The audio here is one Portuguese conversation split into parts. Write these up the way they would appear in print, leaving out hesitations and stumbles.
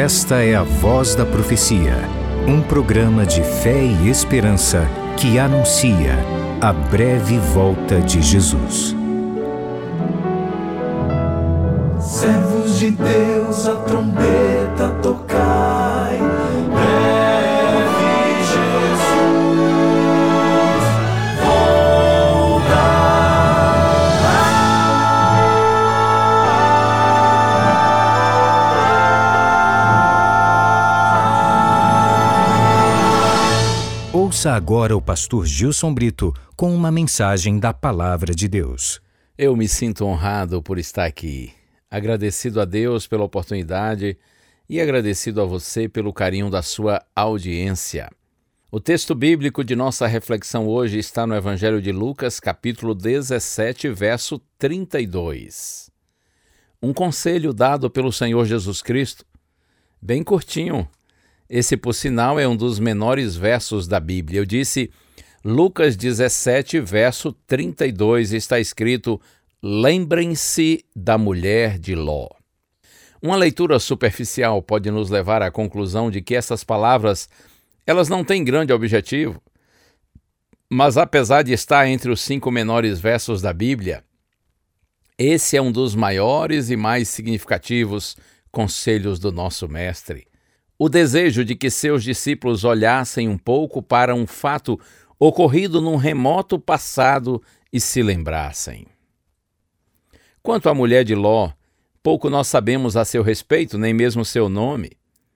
Esta é a Voz da Profecia, um programa de fé e esperança que anuncia a breve volta de Jesus. Servos de Deus, a trombeta tocai, breve Jesus voltará. Ouça agora o pastor Gilson Brito com uma mensagem da Palavra de Deus. Eu me sinto honrado por estar aqui, agradecido a Deus pela oportunidade e agradecido a você pelo carinho da sua audiência. O texto bíblico de nossa reflexão hoje está no Evangelho de Lucas, capítulo 17, verso 32. Um conselho dado pelo Senhor Jesus Cristo, bem curtinho. Esse, por sinal, é um dos menores versos da Bíblia. Eu disse Lucas 17, verso 32, está escrito: lembrem-se da mulher de Ló. Uma leitura superficial pode nos levar à conclusão de que essas palavras, elas não têm grande objetivo. Mas apesar de estar entre os 5 menores versos da Bíblia, esse é um dos maiores e mais significativos conselhos do nosso Mestre. O desejo de que seus discípulos olhassem um pouco para um fato ocorrido num remoto passado e se lembrassem. Quanto à mulher de Ló, pouco nós sabemos a seu respeito, nem mesmo seu nome.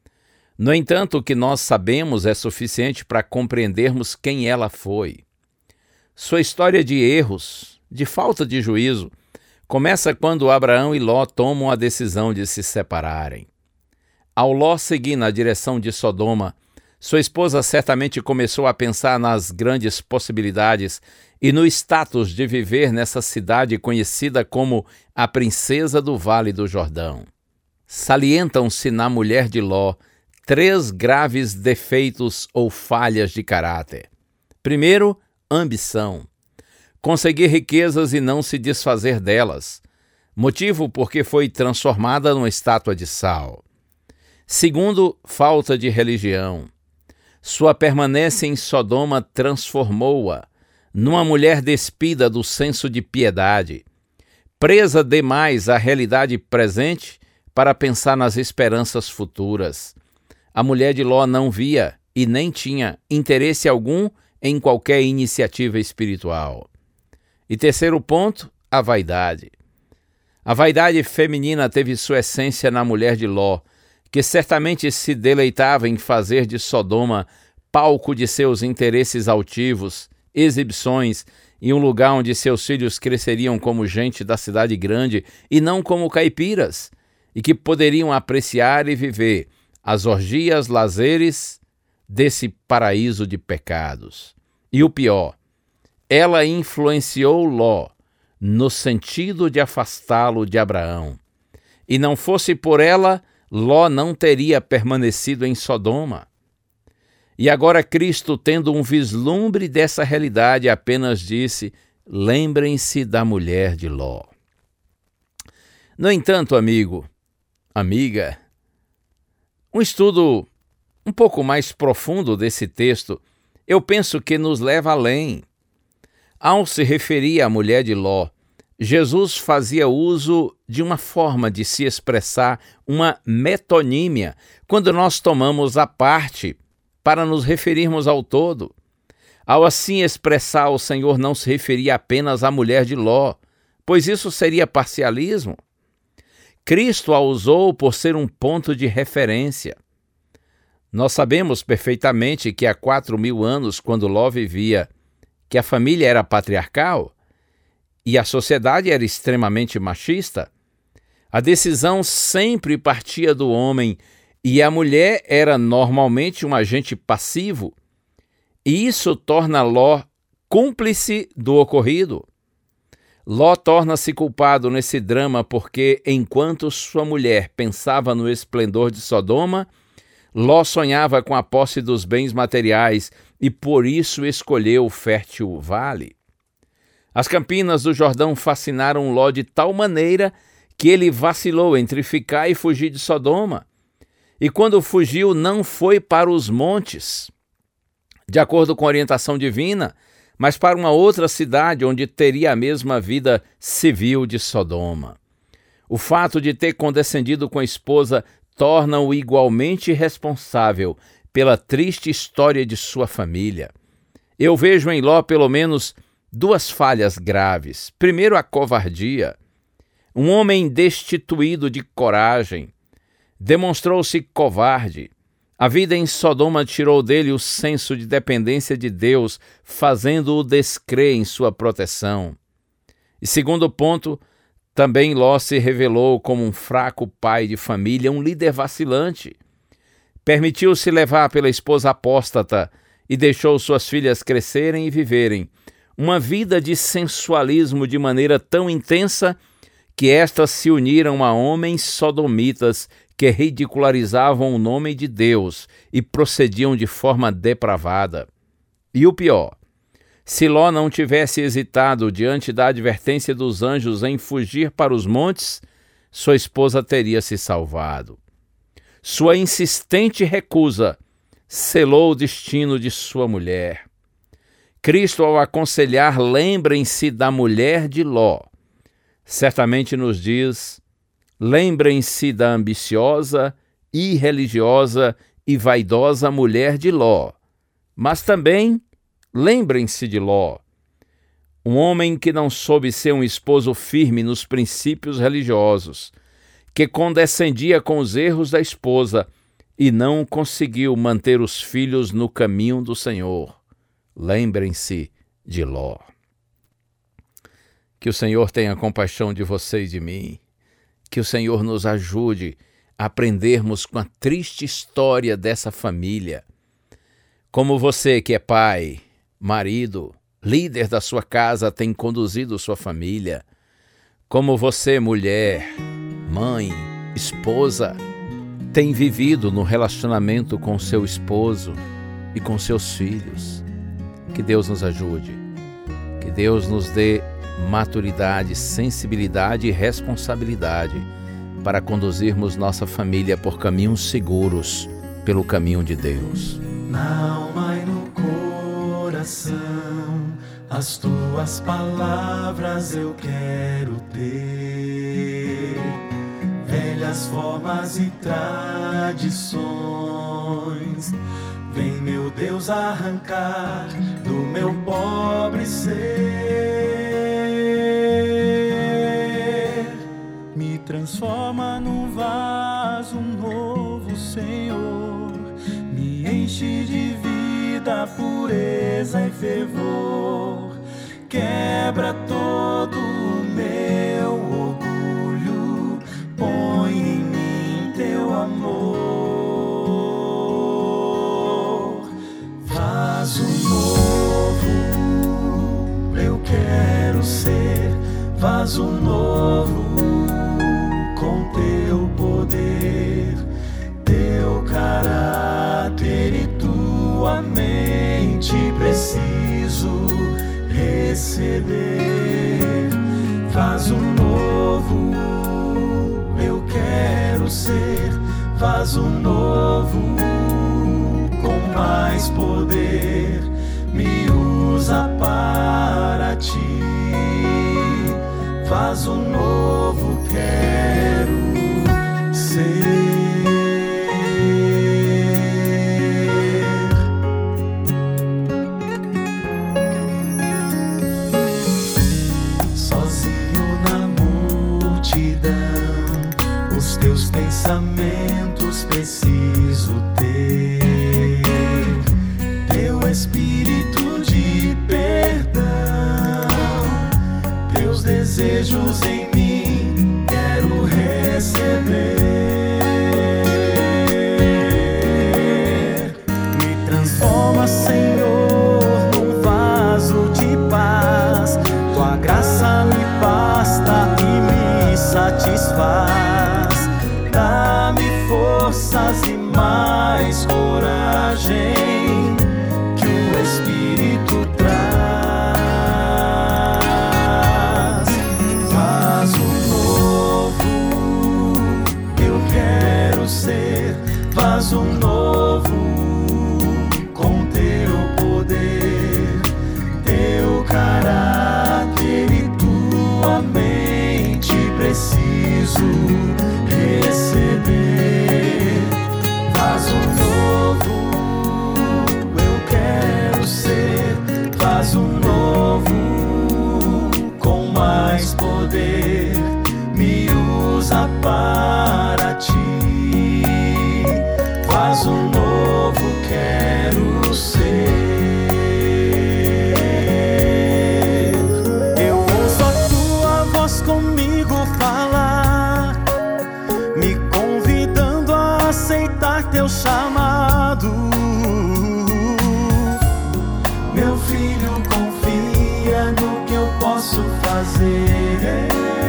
No entanto, o que nós sabemos é suficiente para compreendermos quem ela foi. Sua história de erros, de falta de juízo, começa quando Abraão e Ló tomam a decisão de se separarem. Ao Ló seguir na direção de Sodoma, sua esposa certamente começou a pensar nas grandes possibilidades e no status de viver nessa cidade conhecida como a Princesa do Vale do Jordão. Salientam-se na mulher de Ló 3 graves defeitos ou falhas de caráter. Primeiro, ambição. Conseguir riquezas e não se desfazer delas, motivo porque foi transformada numa estátua de sal. Segundo, falta de religião. Sua permanência em Sodoma transformou-a numa mulher despida do senso de piedade, presa demais à realidade presente para pensar nas esperanças futuras. A mulher de Ló não via e nem tinha interesse algum em qualquer iniciativa espiritual. E terceiro ponto, a vaidade. A vaidade feminina teve sua essência na mulher de Ló, que certamente se deleitava em fazer de Sodoma palco de seus interesses altivos, exibições e um lugar onde seus filhos cresceriam como gente da cidade grande e não como caipiras, e que poderiam apreciar e viver as orgias, lazeres desse paraíso de pecados. E o pior, ela influenciou Ló no sentido de afastá-lo de Abraão. E não fosse por ela, Ló não teria permanecido em Sodoma. E agora Cristo, tendo um vislumbre dessa realidade, apenas disse: lembrem-se da mulher de Ló. No entanto, amigo, amiga, um estudo um pouco mais profundo desse texto, eu penso que nos leva além. Ao se referir à mulher de Ló, Jesus fazia uso de uma forma de se expressar, uma metonímia, quando nós tomamos a parte para nos referirmos ao todo. Ao assim expressar, o Senhor não se referia apenas à mulher de Ló, pois isso seria parcialismo. Cristo a usou por ser um ponto de referência. Nós sabemos perfeitamente que há 4.000 anos, quando Ló vivia, que a família era patriarcal, e a sociedade era extremamente machista. A decisão sempre partia do homem e a mulher era normalmente um agente passivo. E isso torna Ló cúmplice do ocorrido. Ló torna-se culpado nesse drama porque, enquanto sua mulher pensava no esplendor de Sodoma, Ló sonhava com a posse dos bens materiais e por isso escolheu o fértil vale. As campinas do Jordão fascinaram Ló de tal maneira que ele vacilou entre ficar e fugir de Sodoma. e quando fugiu não foi para os montes, de acordo com a orientação divina, mas para uma outra cidade onde teria a mesma vida civil de Sodoma. O fato de ter condescendido com a esposa torna-o igualmente responsável pela triste história de sua família. Eu vejo em Ló pelo menos duas falhas graves. Primeiro, a covardia. Um homem destituído de coragem. Demonstrou-se covarde. A vida em Sodoma tirou dele o senso de dependência de Deus, fazendo-o descrer em sua proteção. E segundo ponto, também Ló se revelou como um fraco pai de família, um líder vacilante. Permitiu-se levar pela esposa apóstata e deixou suas filhas crescerem e viverem uma vida de sensualismo de maneira tão intensa que estas se uniram a homens sodomitas que ridicularizavam o nome de Deus e procediam de forma depravada. E o pior, se Ló não tivesse hesitado diante da advertência dos anjos em fugir para os montes, sua esposa teria se salvado. Sua insistente recusa selou o destino de sua mulher. Cristo, ao aconselhar, lembrem-se da mulher de Ló, certamente nos diz: lembrem-se da ambiciosa, irreligiosa e vaidosa mulher de Ló, mas também lembrem-se de Ló, um homem que não soube ser um esposo firme nos princípios religiosos, que condescendia com os erros da esposa e não conseguiu manter os filhos no caminho do Senhor. Lembrem-se de Ló. Que o Senhor tenha compaixão de você e de mim. Que o Senhor nos ajude a aprendermos com a triste história dessa família. Como você que é pai, marido, líder da sua casa, tem conduzido sua família. Como você, mulher, mãe, esposa, tem vivido no relacionamento com seu esposo e com seus filhos. Que Deus nos ajude. Que Deus nos dê maturidade, sensibilidade e responsabilidade para conduzirmos nossa família por caminhos seguros, pelo caminho de Deus. Na alma e no coração, as tuas palavras eu quero ter. Velhas formas e tradições, vem, meu Deus, arrancar do meu pobre ser. Me transforma num vaso novo, Senhor. Me enche de vida, pureza e fervor. Quebra todo o meu orgulho, põe em mim teu amor. Vaso novo, eu quero ser. Vaso novo, com teu poder, teu caráter e tua mente preciso receber. Vaso novo, eu quero ser. Vaso novo, com mais poder, me usa para ti. Vaso novo quero ser. Sozinho na multidão, os teus pensamentos preciso ter. Teu espírito de perdão, teus desejos em mim quero receber. Me transforma, Senhor, num vaso de paz. Tua graça me basta e me satisfaz. Dá-me forças e mais coragem que o Espírito traz. Vaso novo, eu quero ser. novo quero ser. Eu ouço a tua voz comigo falar, me convidando a aceitar teu chamado. Meu filho, confia no que eu posso fazer.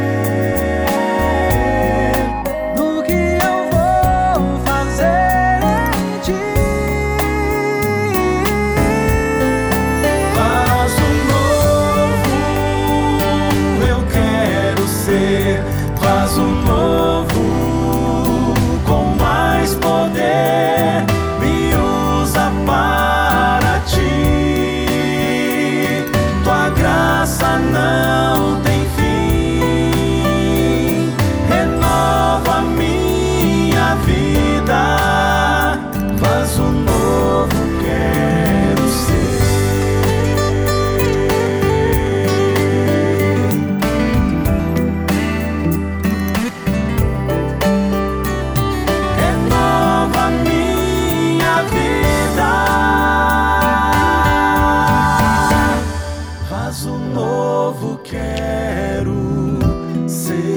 Faz um novo com mais poder, me usa para ti. Tua graça não tem fim, renova minha vida. Faz um novo quero ser. Novo quero ser.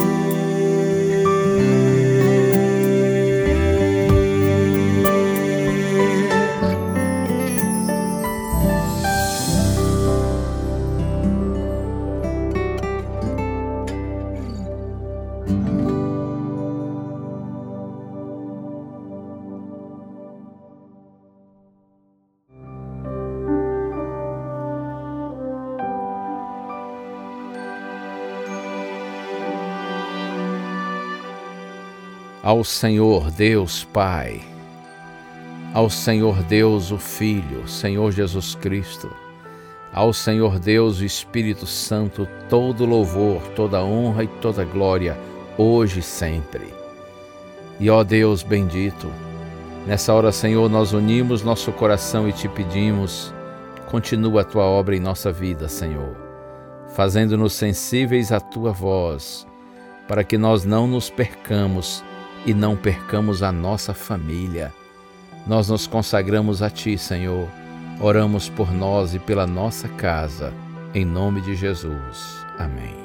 Ao Senhor Deus Pai, ao Senhor Deus o Filho, Senhor Jesus Cristo, ao Senhor Deus o Espírito Santo, todo louvor, toda honra e toda glória, hoje e sempre. E ó Deus bendito, nessa hora, Senhor, nós unimos nosso coração e te pedimos, continua a tua obra em nossa vida, Senhor, fazendo-nos sensíveis à tua voz, para que nós não nos percamos e não percamos a nossa família. Nós nos consagramos a Ti, Senhor. Oramos por nós e pela nossa casa, em nome de Jesus. Amém.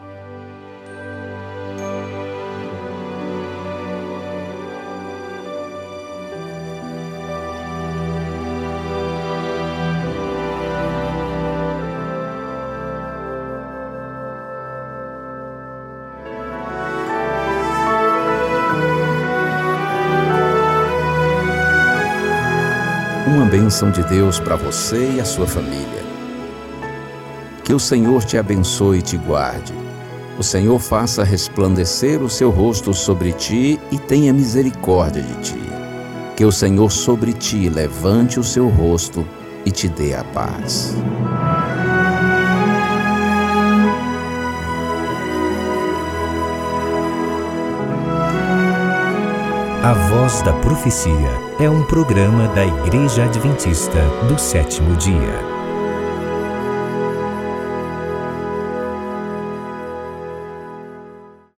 Uma bênção de Deus para você e a sua família. Que o Senhor te abençoe e te guarde. O Senhor faça resplandecer o seu rosto sobre ti e tenha misericórdia de ti. Que o Senhor sobre ti levante o seu rosto e te dê a paz. A Voz da Profecia é um programa da Igreja Adventista do Sétimo Dia.